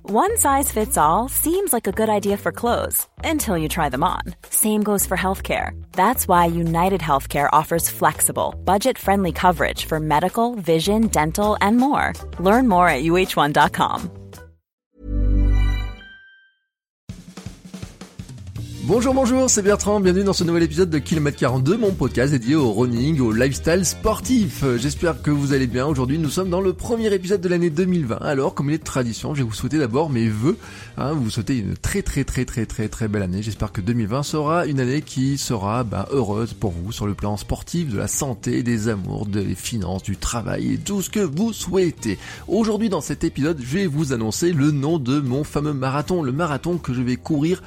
One size fits all seems like a good idea for clothes until you try them on. Same goes for healthcare. That's why United Healthcare offers flexible, budget-friendly coverage for medical, vision, dental, and more. Learn more at uh1.com. Bonjour, c'est Bertrand, bienvenue dans ce nouvel épisode de Kilomètre 42, mon podcast dédié au running, au lifestyle sportif. J'espère que vous allez bien. Aujourd'hui, nous sommes dans le premier épisode de l'année 2020. Alors, comme il est de tradition, je vais vous souhaiter d'abord mes vœux. Vous souhaitez une très belle année. J'espère que 2020 sera une année qui sera heureuse pour vous sur le plan sportif, de la santé, des amours, des finances, du travail et tout ce que vous souhaitez. Aujourd'hui, dans cet épisode, je vais vous annoncer le nom de mon fameux marathon, le marathon que je vais courir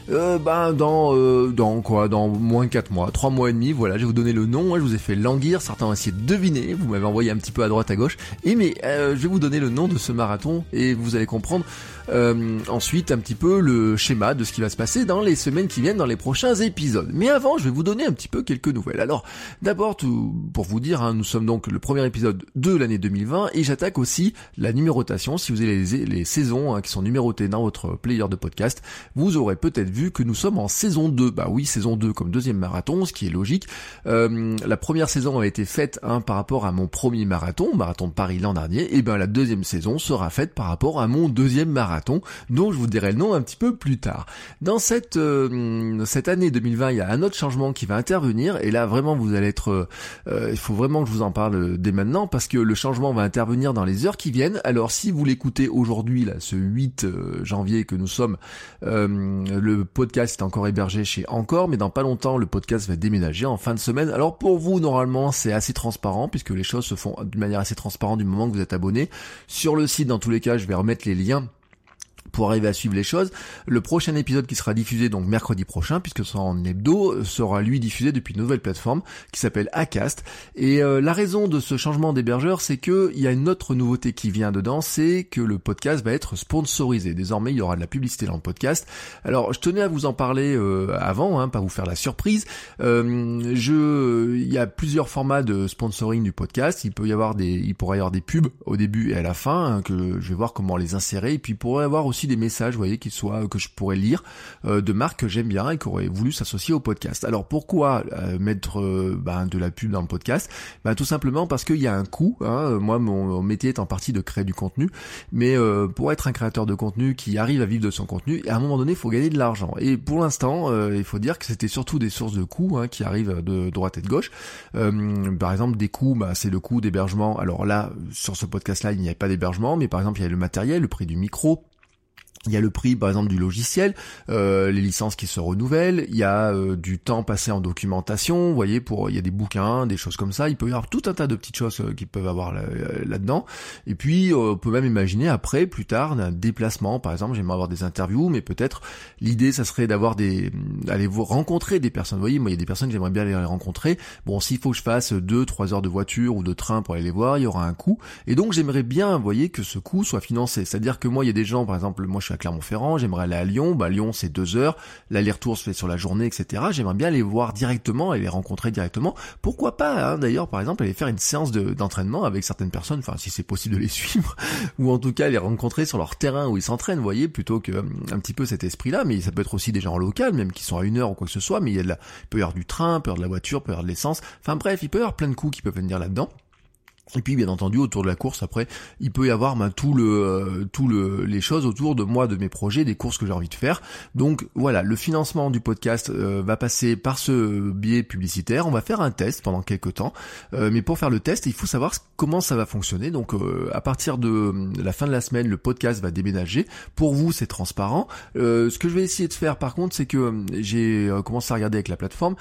dans moins 4 mois, 3 mois et demi, voilà, je vais vous donner le nom, je vous ai fait languir, certains ont essayé de deviner, vous m'avez envoyé un petit peu à droite à gauche, je vais vous donner le nom de ce marathon et vous allez comprendre ensuite un petit peu le schéma de ce qui va se passer dans les semaines qui viennent, dans les prochains épisodes. Mais avant, je vais vous donner un petit peu quelques nouvelles. Alors, d'abord, pour vous dire, nous sommes donc le premier épisode de l'année 2020 et j'attaque aussi la numérotation. Si vous avez les saisons qui sont numérotées dans votre player de podcast, vous aurez peut-être vu que nous sommes en saison 2. Bah oui, saison 2 comme deuxième marathon, ce qui est logique. La première saison a été faite par rapport à mon premier marathon de Paris l'an dernier, et la deuxième saison sera faite par rapport à mon deuxième marathon, dont je vous dirai le nom un petit peu plus tard. Dans cette année 2020, il y a un autre changement qui va intervenir, et là vraiment vous allez être... il faut vraiment que je vous en parle dès maintenant, parce que le changement va intervenir dans les heures qui viennent. Alors si vous l'écoutez aujourd'hui, là, ce 8 janvier que nous sommes, le podcast est encore hébergé chez Encore, mais dans pas longtemps, le podcast va déménager en fin de semaine. Alors pour vous, normalement, c'est assez transparent, puisque les choses se font d'une manière assez transparente du moment que vous êtes abonné. Sur le site, dans tous les cas, je vais remettre les liens pour arriver à suivre les choses. Le prochain épisode qui sera diffusé donc mercredi prochain, puisque ce sera en hebdo, sera lui diffusé depuis une nouvelle plateforme qui s'appelle Acast. Et la raison de ce changement d'hébergeur, c'est que il y a une autre nouveauté qui vient dedans, c'est que le podcast va être sponsorisé. Désormais, il y aura de la publicité dans le podcast. Alors, je tenais à vous en parler avant, pas vous faire la surprise. Il y a plusieurs formats de sponsoring du podcast. Il pourra y avoir des pubs au début et à la fin, que je vais voir comment les insérer. Et puis, il pourrait y avoir aussi des messages, vous voyez, que je pourrais lire de marques que j'aime bien et qui auraient voulu s'associer au podcast. Alors pourquoi mettre de la pub dans le podcast ? Tout simplement parce qu'il y a un coût. Moi, mon métier est en partie de créer du contenu, mais pour être un créateur de contenu qui arrive à vivre de son contenu, à un moment donné, il faut gagner de l'argent. Et pour l'instant, il faut dire que c'était surtout des sources de coûts qui arrivent de droite et de gauche. Par exemple, des coûts, c'est le coût d'hébergement. Alors là, sur ce podcast-là, il n'y avait pas d'hébergement, mais par exemple, il y a le matériel, le prix du micro. Il y a le prix, par exemple, du logiciel, les licences qui se renouvellent, il y a du temps passé en documentation, vous voyez, il y a des bouquins, des choses comme ça, il peut y avoir tout un tas de petites choses qui peuvent avoir là-dedans. Et puis, on peut même imaginer après, plus tard, un déplacement, par exemple, j'aimerais avoir des interviews, mais peut-être l'idée, ça serait d'aller vous rencontrer des personnes. Vous voyez, moi, il y a des personnes que j'aimerais bien aller rencontrer. Bon, s'il faut que je fasse 2-3 heures de voiture ou de train pour aller les voir, il y aura un coût. Et donc, j'aimerais bien, vous voyez, que ce coût soit financé. C'est-à-dire que moi, il y a des gens, par exemple, moi, je suis à Clermont-Ferrand, j'aimerais aller à Lyon, Lyon c'est 2 heures, l'aller-retour se fait sur la journée, etc. J'aimerais bien les voir directement et les rencontrer directement. Pourquoi pas, d'ailleurs, par exemple, aller faire une séance d'entraînement avec certaines personnes, enfin si c'est possible de les suivre, ou en tout cas les rencontrer sur leur terrain où ils s'entraînent, vous voyez, plutôt que un petit peu cet esprit-là, mais ça peut être aussi des gens locaux, même qui sont à 1 heure ou quoi que ce soit, mais il peut y avoir du train, il peut y avoir de la voiture, il peut y avoir de l'essence, enfin bref, il peut y avoir plein de coûts qui peuvent venir là-dedans. Et puis bien entendu autour de la course après il peut y avoir les choses autour de moi, de mes projets, des courses que j'ai envie de faire. Donc voilà, le financement du podcast va passer par ce biais publicitaire. On va faire un test pendant quelques temps, mais pour faire le test il faut savoir comment ça va fonctionner. Donc à partir de la fin de la semaine le podcast va déménager. Pour vous c'est transparent. Ce que je vais essayer de faire par contre c'est que j'ai commencé à regarder avec la plateforme,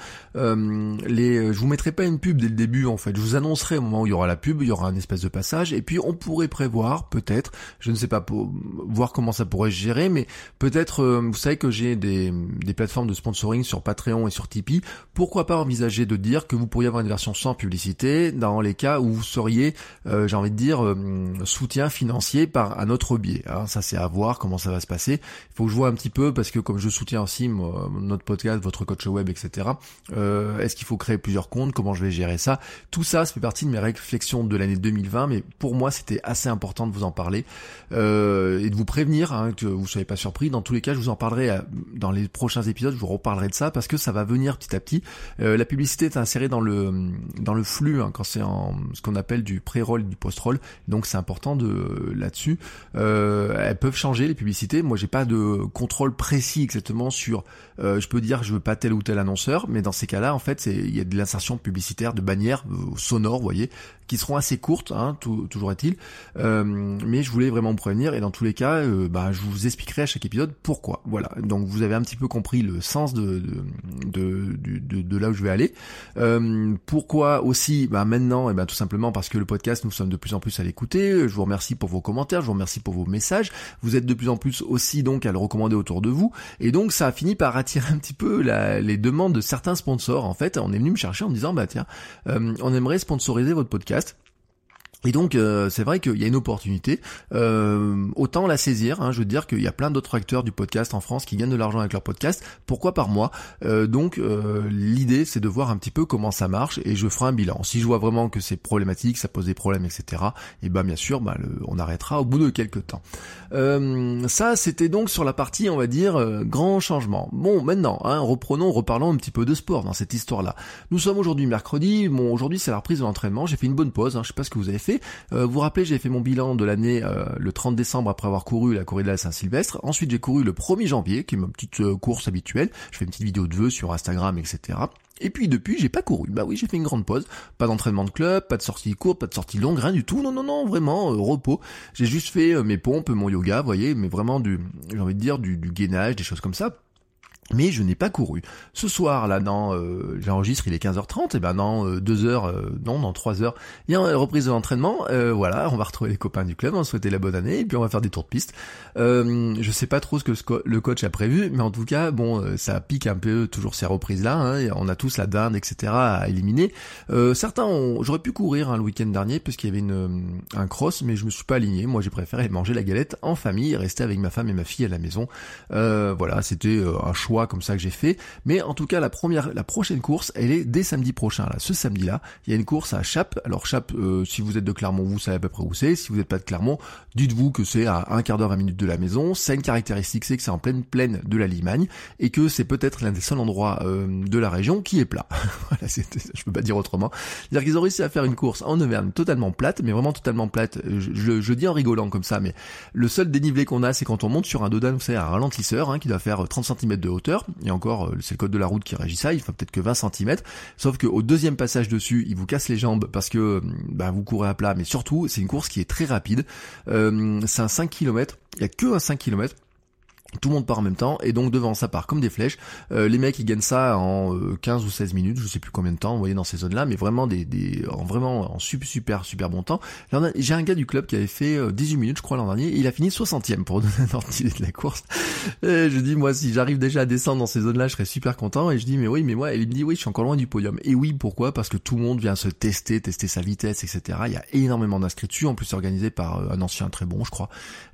je vous mettrai pas une pub dès le début en fait, je vous annoncerai au moment où il y aura la pub, il y aura un espèce de passage, et puis on pourrait prévoir, peut-être, je ne sais pas, pour voir comment ça pourrait se gérer, mais peut-être, vous savez que j'ai des plateformes de sponsoring sur Patreon et sur Tipeee, pourquoi pas envisager de dire que vous pourriez avoir une version sans publicité, dans les cas où vous seriez, j'ai envie de dire, soutien financier par un autre biais, ça c'est à voir comment ça va se passer, il faut que je vois un petit peu, parce que comme je soutiens aussi notre podcast, votre coach web, etc., est-ce qu'il faut créer plusieurs comptes, comment je vais gérer ça, tout ça fait partie de mes réflexions marathon de l'année 2020, mais pour moi c'était assez important de vous en parler et de vous prévenir, que vous soyez pas surpris. Dans tous les cas, je vous en parlerai dans les prochains épisodes, je vous reparlerai de ça parce que ça va venir petit à petit. La publicité est insérée dans le flux quand c'est en ce qu'on appelle du pré-roll et du post-roll, donc c'est important là-dessus. Elles peuvent changer les publicités. Moi j'ai pas de contrôle précis exactement sur je peux dire que je veux pas tel ou tel annonceur, mais dans ces cas-là en fait il y a de l'insertion publicitaire de bannières sonores, vous voyez, qui seront assez courtes, toujours est-il, mais je voulais vraiment me prévenir, et dans tous les cas je vous expliquerai à chaque épisode pourquoi. Voilà, donc vous avez un petit peu compris le sens de là où je vais aller. Pourquoi aussi maintenant, tout simplement parce que le podcast, nous sommes de plus en plus à l'écouter. Je vous remercie pour vos commentaires, je vous remercie pour vos messages, vous êtes de plus en plus aussi donc à le recommander autour de vous, et donc ça a fini par attirer un petit peu les demandes de certains sponsors. En fait, on est venu me chercher en me disant on aimerait sponsoriser votre podcast. Et donc c'est vrai qu'il y a une opportunité, autant la saisir, je veux dire qu'il y a plein d'autres acteurs du podcast en France qui gagnent de l'argent avec leur podcast, pourquoi par mois. Donc l'idée c'est de voir un petit peu comment ça marche, et je ferai un bilan. Si je vois vraiment que c'est problématique, ça pose des problèmes, etc., et bien sûr on arrêtera au bout de quelques temps. Ça c'était donc sur la partie, on va dire, grand changement. Bon, maintenant, reparlons un petit peu de sport dans cette histoire-là. Nous sommes aujourd'hui mercredi, aujourd'hui c'est la reprise de l'entraînement, j'ai fait une bonne pause, je sais pas ce que vous avez fait. Vous vous rappelez, j'ai fait mon bilan de l'année le 30 décembre après avoir couru la corrida de Saint-Sylvestre. Ensuite, j'ai couru le 1er janvier, qui est ma petite course habituelle. Je fais une petite vidéo de vœux sur Instagram, etc. Et puis depuis, j'ai pas couru. Oui, j'ai fait une grande pause. Pas d'entraînement de club, pas de sortie courte, pas de sortie longue, rien du tout. Non, vraiment, repos. J'ai juste fait mes pompes, mon yoga, vous voyez, mais vraiment du gainage, des choses comme ça. Mais je n'ai pas couru. Ce soir, là, j'enregistre, il est 15h30, et dans 3 heures, il y a une reprise de l'entraînement, voilà, on va retrouver les copains du club, on va souhaiter la bonne année, et puis on va faire des tours de piste. Je sais pas trop ce que le coach a prévu, mais en tout cas, ça pique un peu toujours ces reprises-là, et on a tous la dinde, etc. à éliminer. Certains j'aurais pu courir le week-end dernier, parce qu'il y avait un cross, mais je me suis pas aligné. Moi, j'ai préféré manger la galette en famille, rester avec ma femme et ma fille à la maison. Voilà, c'était un choix comme ça que j'ai fait, mais en tout cas la prochaine course, elle est dès samedi prochain. Là, ce samedi-là, il y a une course à Chappes. Alors Chappes, si vous êtes de Clermont, vous savez à peu près où c'est. Si vous n'êtes pas de Clermont, dites-vous que c'est à un quart d'heure, 20 minutes de la maison. C'est une caractéristique, c'est que c'est en pleine plaine de la Limagne, et que c'est peut-être l'un des seuls endroits de la région qui est plat. Voilà, je peux pas dire autrement. C'est-à-dire qu'ils ont réussi à faire une course en Auvergne totalement plate, mais vraiment totalement plate. Je dis en rigolant comme ça, mais le seul dénivelé qu'on a, c'est quand on monte sur un dodan, vous savez, un ralentisseur, qui doit faire 30 cm de hauteur. Et encore, c'est le code de la route qui régit ça, il faut peut-être que 20 cm, sauf qu'au deuxième passage dessus, il vous casse les jambes parce que vous courez à plat, mais surtout, c'est une course qui est très rapide, c'est un 5 km, il y a que un 5 km, tout le monde part en même temps, et donc devant ça part comme des flèches. Les mecs ils gagnent ça en 15 ou 16 minutes, je sais plus combien de temps, vous voyez, dans ces zones-là, mais vraiment en super bon temps. Là, j'ai un gars du club qui avait fait 18 minutes, je crois, l'an dernier, et il a fini 60e pour donner un ordre d'idée de la course. Et je dis, moi, si j'arrive déjà à descendre dans ces zones-là, je serais super content, et je dis, mais moi, et il me dit, oui, je suis encore loin du podium. Et oui, pourquoi? Parce que tout le monde vient se tester sa vitesse, etc. Il y a énormément d'inscrits dessus, en plus c'est organisé par un ancien très bon, je crois.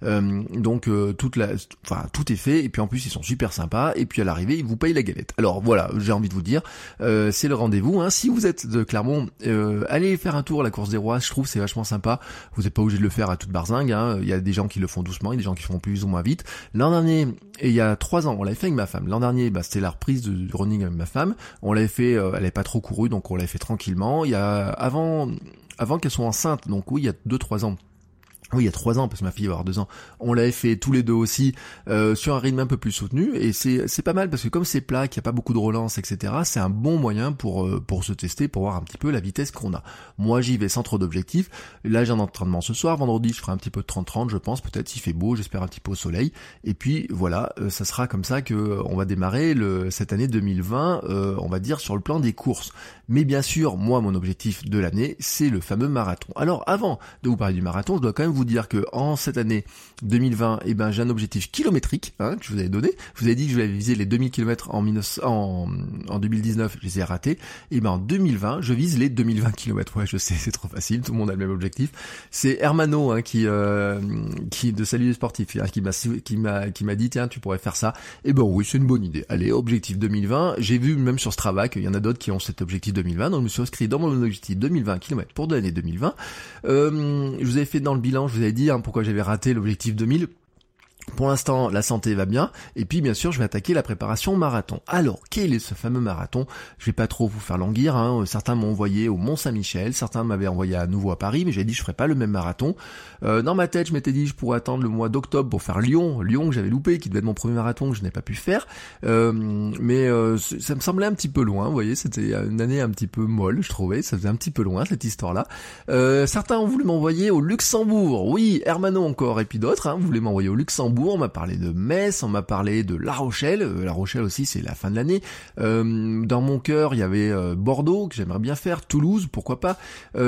Donc, tout est fait, et puis en plus ils sont super sympas, et puis à l'arrivée ils vous payent la galette. Alors voilà, j'ai envie de vous dire, c'est le rendez-vous, Si vous êtes de Clermont, allez faire un tour à la course des rois, je trouve c'est vachement sympa. Vous n'êtes pas obligé de le faire à toute barzingue, il y a des gens qui le font doucement, il y a des gens qui font plus ou moins vite. L'an dernier, et il y a 3 ans, on l'avait fait avec ma femme. L'an dernier, c'était la reprise du running avec ma femme, on l'avait fait, elle n'avait pas trop couru, donc on l'avait fait tranquillement. Il y a avant qu'elle soit enceinte, donc oui, il y a 2-3 ans. Oui, il y a 3 ans, parce que ma fille va avoir 2 ans. On l'avait fait tous les deux aussi, sur un rythme un peu plus soutenu, et c'est pas mal, parce que comme c'est plat, qu'il n'y a pas beaucoup de relance, etc., c'est un bon moyen pour se tester, pour voir un petit peu la vitesse qu'on a. Moi, j'y vais sans trop d'objectifs. Là, j'ai un entraînement ce soir. Vendredi, je ferai un petit peu de 30-30, je pense, peut-être, s'il fait beau, j'espère un petit peu au soleil. Et puis, voilà, ça sera comme ça que on va démarrer cette année 2020, on va dire, sur le plan des courses. Mais bien sûr, moi, mon objectif de l'année, c'est le fameux marathon. Alors, avant de vous parler du marathon, je dois quand même vous dire que en cette année 2020, j'ai un objectif kilométrique que je vous avais donné. Je vous avais dit que je vais viser les 2000 km en 2019, je les ai ratés. Et en 2020, je vise les 2020 km. Ouais, je sais, c'est trop facile, tout le monde a le même objectif. C'est Hermano qui de Salut les sportifs qui m'a dit tiens, tu pourrais faire ça. Et oui, c'est une bonne idée. Allez, objectif 2020. J'ai vu même sur Strava qu'il y en a d'autres qui ont cet objectif 2020. Donc je me suis inscrit dans mon objectif 2020 km pour de l'année 2020. Je vous avais fait dans le bilan, je vous avais dit pourquoi j'avais raté l'objectif 2000. Pour l'instant, la santé va bien. Et puis, bien sûr, je vais attaquer la préparation marathon. Alors, quel est ce fameux marathon? Je vais pas trop vous faire languir. Certains m'ont envoyé au Mont-Saint-Michel. Certains m'avaient envoyé à nouveau à Paris. Mais j'ai dit, je ferai pas le même marathon. Dans ma tête, je m'étais dit, je pourrais attendre le mois d'octobre pour faire Lyon. Lyon que j'avais loupé, qui devait être mon premier marathon que je n'ai pas pu faire. Mais ça me semblait un petit peu loin. Vous voyez, c'était une année un petit peu molle, je trouvais. Ça faisait un petit peu loin, cette histoire-là. Certains ont voulu m'envoyer au Luxembourg. Oui, Hermano encore. Et puis d'autres, voulaient m'envoyer au Luxembourg. On m'a parlé de Metz, on m'a parlé de La Rochelle. La Rochelle aussi, c'est la fin de l'année. Dans mon cœur, il y avait Bordeaux, que j'aimerais bien faire. Toulouse, pourquoi pas.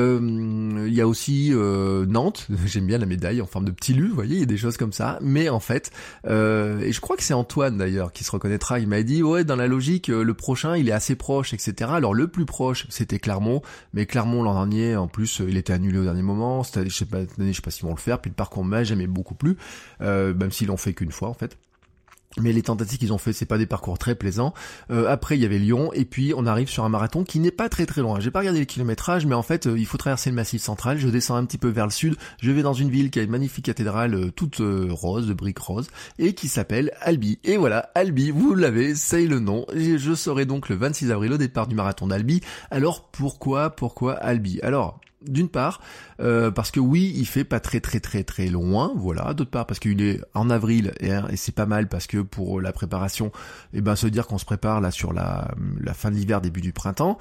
Il y a aussi Nantes. J'aime bien la médaille en forme de petit lu, vous voyez, il y a des choses comme ça. Mais en fait, et je crois que c'est Antoine d'ailleurs qui se reconnaîtra. Il m'a dit, ouais, dans la logique, le prochain, il est assez proche, etc. Alors le plus proche, c'était Clermont. Mais Clermont, l'an dernier, en plus, il était annulé au dernier moment. Cette année, je sais pas s'ils vont le faire. Puis le parcours m'a jamais beaucoup plu. Même s'ils l'ont fait qu'une fois en fait. Mais les tentatives qu'ils ont fait, c'est pas des parcours très plaisants. Après, il y avait Lyon, et puis on arrive sur un marathon qui n'est pas très très loin. J'ai pas regardé le kilométrage, mais en fait, il faut traverser le Massif central. Je descends un petit peu vers le sud. Je vais dans une ville qui a une magnifique cathédrale toute rose, de briques roses, et qui s'appelle Albi. Et voilà, Albi, vous l'avez, c'est le nom. Et je serai donc le 26 avril au départ du marathon d'Albi. Alors pourquoi Albi? Alors, d'une part, parce que oui, il fait pas très très très très loin, voilà. D'autre part, parce qu'il est en avril et c'est pas mal parce que pour la préparation, se dire qu'on se prépare là sur la fin de l'hiver, début du printemps.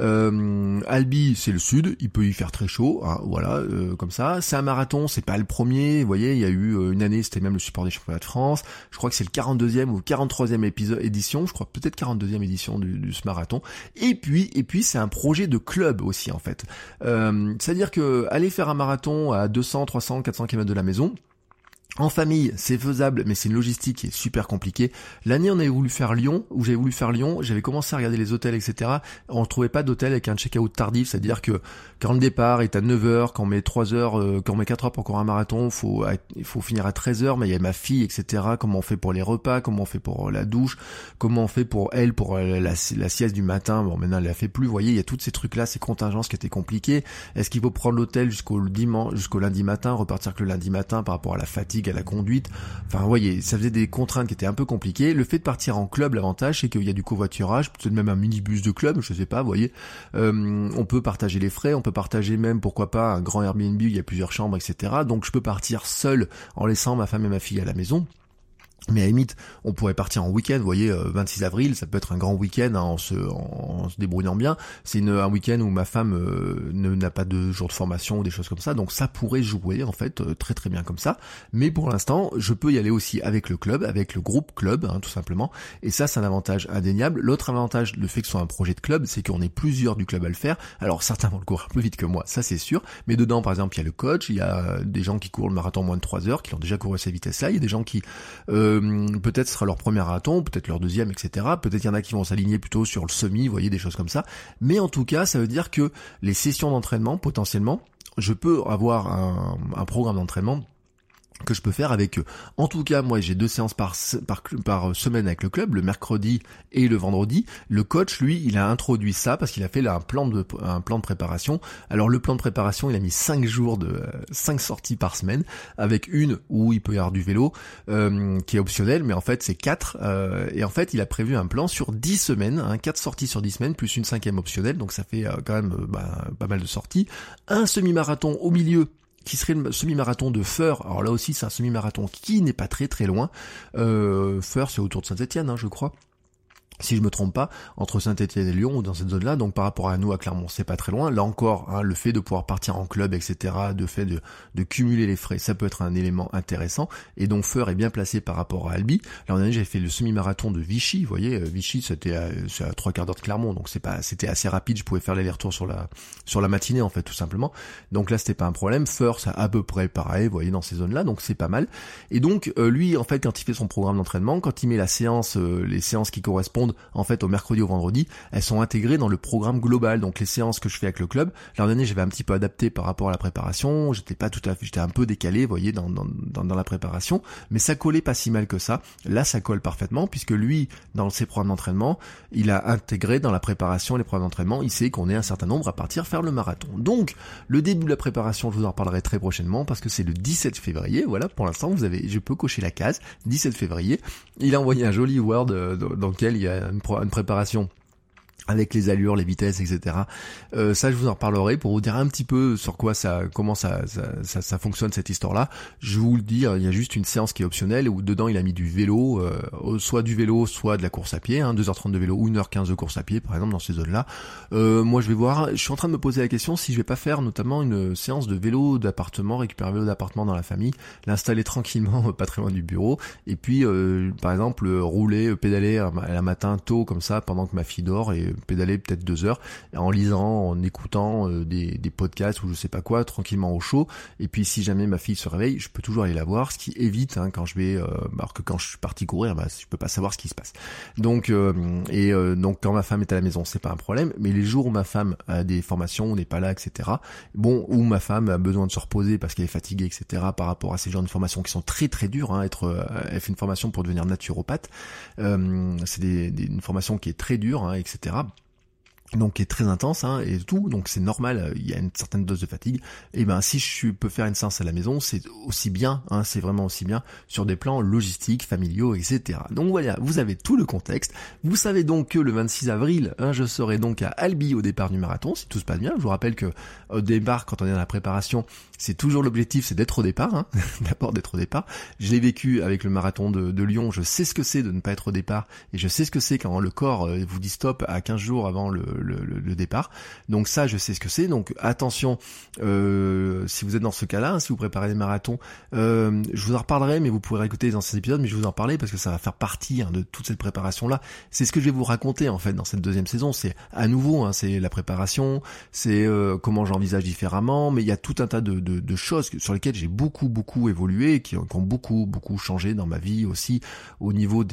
Albi, c'est le sud, il peut y faire très chaud, voilà, comme ça. C'est un marathon, c'est pas le premier. Vous voyez, il y a eu une année, c'était même le support des championnats de France. Je crois que c'est le 42e ou 43e édition, je crois peut-être 42e édition de ce marathon. Et puis c'est un projet de club aussi en fait. C'est-à-dire que aller faire un marathon à 200, 300, 400 km de la maison, en famille, c'est faisable, mais c'est une logistique qui est super compliquée. L'année, j'avais voulu faire Lyon, j'avais commencé à regarder les hôtels, etc. On ne trouvait pas d'hôtel avec un check-out tardif, c'est-à-dire que quand le départ est à 9h, quand on met 3 heures, quand on met 4 heures pour courir un marathon, il faut finir à 13h, mais il y a ma fille, etc. Comment on fait pour les repas, comment on fait pour la douche, comment on fait pour la sieste du matin. Bon, maintenant, elle la fait plus, vous voyez, il y a tous ces trucs-là, ces contingences qui étaient compliquées. Est-ce qu'il faut prendre l'hôtel jusqu'au lundi matin, repartir que le lundi matin par rapport à la fatigue, à la conduite, enfin vous voyez, ça faisait des contraintes qui étaient un peu compliquées. Le fait de partir en club, l'avantage c'est qu'il y a du covoiturage, peut-être même un minibus de club, je sais pas, vous voyez, on peut partager les frais, on peut partager même, pourquoi pas, un grand Airbnb où il y a plusieurs chambres, etc. Donc je peux partir seul en laissant ma femme et ma fille à la maison. Mais à la limite, on pourrait partir en week-end, vous voyez, 26 avril, ça peut être un grand week-end en se débrouillant bien. C'est un week-end où ma femme n'a pas de jour de formation ou des choses comme ça, donc ça pourrait jouer en fait très très bien comme ça. Mais pour l'instant, je peux y aller aussi avec le club, avec le groupe club, tout simplement. Et ça, c'est un avantage indéniable. L'autre avantage, le fait que ce soit un projet de club, c'est qu'on est plusieurs du club à le faire. Alors certains vont le courir plus vite que moi, ça c'est sûr. Mais dedans, par exemple, il y a le coach, il y a des gens qui courent le marathon en moins de 3 heures, qui ont déjà couru à cette vitesse-là. Il y a des gens qui peut-être ce sera leur premier marathon, peut-être leur deuxième, etc. Peut-être il y en a qui vont s'aligner plutôt sur le semi, vous voyez, des choses comme ça. Mais en tout cas, ça veut dire que les sessions d'entraînement, potentiellement, je peux avoir un programme d'entraînement que je peux faire avec eux. En tout cas, moi, j'ai 2 séances par semaine avec le club, le mercredi et le vendredi. Le coach, lui, il a introduit ça parce qu'il a fait là un plan de préparation. Alors, le plan de préparation, il a mis 5 sorties par semaine, avec une où il peut y avoir du vélo, qui est optionnel, mais en fait, c'est 4. Et en fait, il a prévu un plan sur 10 semaines, 4 sorties sur 10 semaines, plus une 5e optionnelle, donc ça fait quand même pas mal de sorties. Un semi-marathon au milieu, qui serait le semi-marathon de Feur. Alors là aussi, c'est un semi-marathon qui n'est pas très très loin. Feur, c'est autour de Saint-Étienne, je crois. si je me trompe pas, entre Saint-Étienne et Lyon ou dans cette zone-là. Donc par rapport à nous, à Clermont, c'est pas très loin. Là encore, hein, le fait de pouvoir partir en club, etc., de cumuler les frais, ça peut être un élément intéressant. Et donc Feur est bien placé par rapport à Albi. L'an dernier, j'avais fait le semi-marathon de Vichy. Vous voyez, Vichy, c'est à 3/4 d'heure de Clermont, donc c'était assez rapide. Je pouvais faire l'aller-retour sur la matinée, en fait, tout simplement. Donc là, c'était pas un problème. Feur, c'est à peu près pareil, vous voyez, dans ces zones-là, donc c'est pas mal. Et donc lui, en fait, quand il fait son programme d'entraînement, quand il met la séance, les séances qui correspondent en fait au mercredi au vendredi, elles sont intégrées dans le programme global. Donc les séances que je fais avec le club, l'an dernier j'avais un petit peu adapté par rapport à la préparation, j'étais un peu décalé, vous voyez, dans la préparation, mais ça collait pas si mal que ça. Là ça colle parfaitement, puisque lui, dans ses programmes d'entraînement, il a intégré dans la préparation les programmes d'entraînement, il sait qu'on est un certain nombre à partir faire le marathon. Donc le début de la préparation, je vous en reparlerai très prochainement, parce que c'est le 17 février, voilà, pour l'instant je peux cocher la case, 17 février, il a envoyé un joli Word dans lequel il y a une préparation avec les allures, les vitesses, etc. Ça, je vous en reparlerai pour vous dire un petit peu sur comment ça fonctionne cette histoire-là. Je vous le dis, il y a juste une séance qui est optionnelle où dedans il a mis du vélo, soit du vélo, soit de la course à pied, 2h30 de vélo ou 1h15 de course à pied, par exemple, dans ces zones-là. Moi, je vais voir, je suis en train de me poser la question si je vais pas faire notamment une séance de vélo d'appartement, récupérer un vélo d'appartement dans la famille, l'installer tranquillement, pas très loin du bureau, et puis, par exemple, pédaler un matin tôt comme ça pendant que ma fille dort, et pédaler peut-être 2 heures en lisant, en écoutant des podcasts ou je sais pas quoi, tranquillement au chaud. Et puis si jamais ma fille se réveille, je peux toujours aller la voir, ce qui évite quand je vais, alors que quand je suis parti courir, je peux pas savoir ce qui se passe. Donc donc quand ma femme est à la maison, c'est pas un problème. Mais les jours où ma femme a des formations, on n'est pas là, etc. Où ma femme a besoin de se reposer parce qu'elle est fatiguée, etc. Par rapport à ces genres de formations qui sont très très dures. Elle fait une formation pour devenir naturopathe. C'est une formation qui est très dure, etc. Donc qui est très intense et tout, donc c'est normal, il y a une certaine dose de fatigue. Et si je peux faire une séance à la maison, c'est aussi bien, c'est vraiment aussi bien sur des plans logistiques, familiaux, etc. Donc voilà, vous avez tout le contexte. Vous savez donc que le 26 avril, je serai donc à Albi au départ du marathon, si tout se passe bien. Je vous rappelle que au départ, quand on est dans la préparation, c'est toujours l'objectif, c'est d'être au départ, d'abord d'être au départ. Je l'ai vécu avec le marathon de Lyon, je sais ce que c'est de ne pas être au départ, et je sais ce que c'est quand le corps vous dit stop à 15 jours avant le départ. Donc ça, je sais ce que c'est. Donc attention, si vous êtes dans ce cas-là, si vous préparez des marathons, je vous en reparlerai, mais vous pourrez réécouter dans ces épisodes, mais je vais vous en parler parce que ça va faire partie de toute cette préparation-là. C'est ce que je vais vous raconter en fait dans cette deuxième saison. C'est à nouveau, c'est la préparation, c'est comment j'envisage différemment, mais il y a tout un tas de choses sur lesquelles j'ai beaucoup évolué, qui ont beaucoup changé dans ma vie aussi, au niveau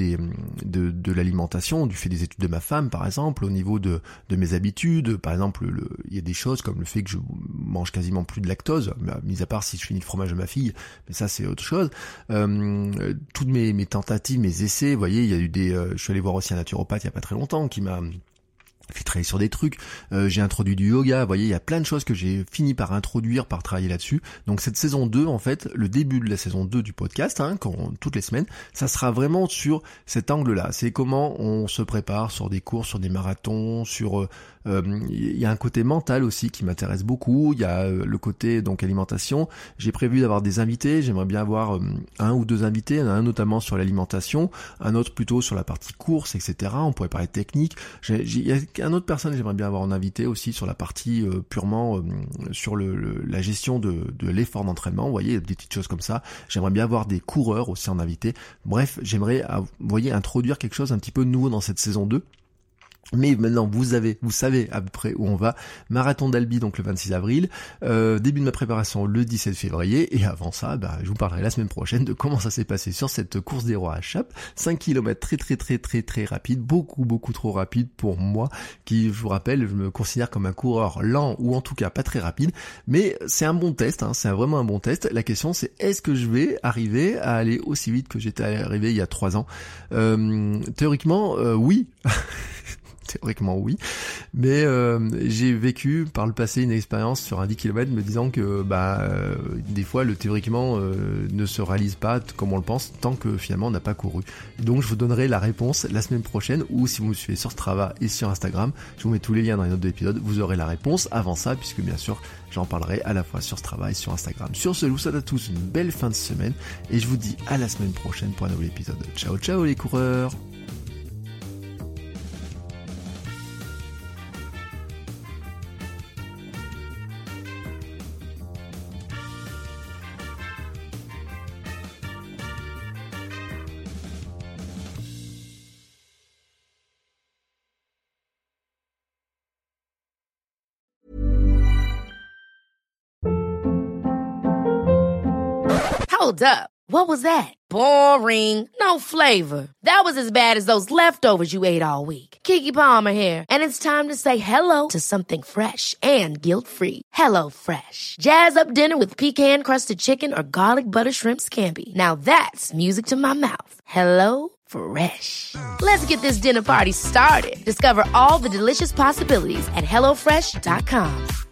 de l'alimentation, du fait des études de ma femme par exemple, au niveau de mes habitudes. Par exemple, il y a des choses comme le fait que je mange quasiment plus de lactose, mis à part si je finis le fromage de ma fille, mais ça c'est autre chose. Toutes mes tentatives, mes essais, vous voyez, il y a eu je suis allé voir aussi un naturopathe il y a pas très longtemps qui m'a fait travailler sur des trucs, j'ai introduit du yoga, vous voyez, il y a plein de choses que j'ai fini par introduire, par travailler là-dessus. Donc cette saison 2, en fait, le début de la saison 2 du podcast, toutes les semaines, ça sera vraiment sur cet angle-là. C'est comment on se prépare sur des courses, sur des marathons, il y a un côté mental aussi qui m'intéresse beaucoup, il y a le côté donc alimentation. J'ai prévu d'avoir des invités, j'aimerais bien avoir 1 ou 2 invités, un notamment sur l'alimentation, un autre plutôt sur la partie course, etc. On pourrait parler technique. Il y a un autre personne que j'aimerais bien avoir en invité aussi sur la partie purement sur la gestion de l'effort d'entraînement. Vous voyez, des petites choses comme ça. J'aimerais bien avoir des coureurs aussi en invité. Bref, j'aimerais, vous voyez, introduire quelque chose un petit peu nouveau dans cette saison 2. Mais maintenant vous savez à peu près où on va. Marathon d'Albi donc le 26 avril, début de ma préparation le 17 février, et avant ça, je vous parlerai la semaine prochaine de comment ça s'est passé sur cette course des rois à Chappes. 5 km très rapide, beaucoup trop rapide pour moi, qui, je vous rappelle, je me considère comme un coureur lent, ou en tout cas pas très rapide, mais c'est un bon test, c'est vraiment un bon test. La question c'est, est-ce que je vais arriver à aller aussi vite que j'étais arrivé il y a 3 ans? Théoriquement, oui. Théoriquement oui, mais j'ai vécu par le passé une expérience sur un 10 km me disant que des fois le théoriquement ne se réalise pas comme on le pense tant que finalement on n'a pas couru. Donc je vous donnerai la réponse la semaine prochaine, ou si vous me suivez sur Strava et sur Instagram, je vous mets tous les liens dans les notes de l'épisode, vous aurez la réponse avant ça, puisque bien sûr j'en parlerai à la fois sur Strava et sur Instagram. Sur ce, je vous souhaite à tous une belle fin de semaine et je vous dis à la semaine prochaine pour un nouvel épisode. Ciao les coureurs! Hold up. What was that? Boring. No flavor. That was as bad as those leftovers you ate all week. Keke Palmer here, and it's time to say hello to something fresh and guilt-free. Hello Fresh. Jazz up dinner with pecan-crusted chicken or garlic butter shrimp scampi. Now that's music to my mouth. Hello Fresh. Let's get this dinner party started. Discover all the delicious possibilities at HelloFresh.com.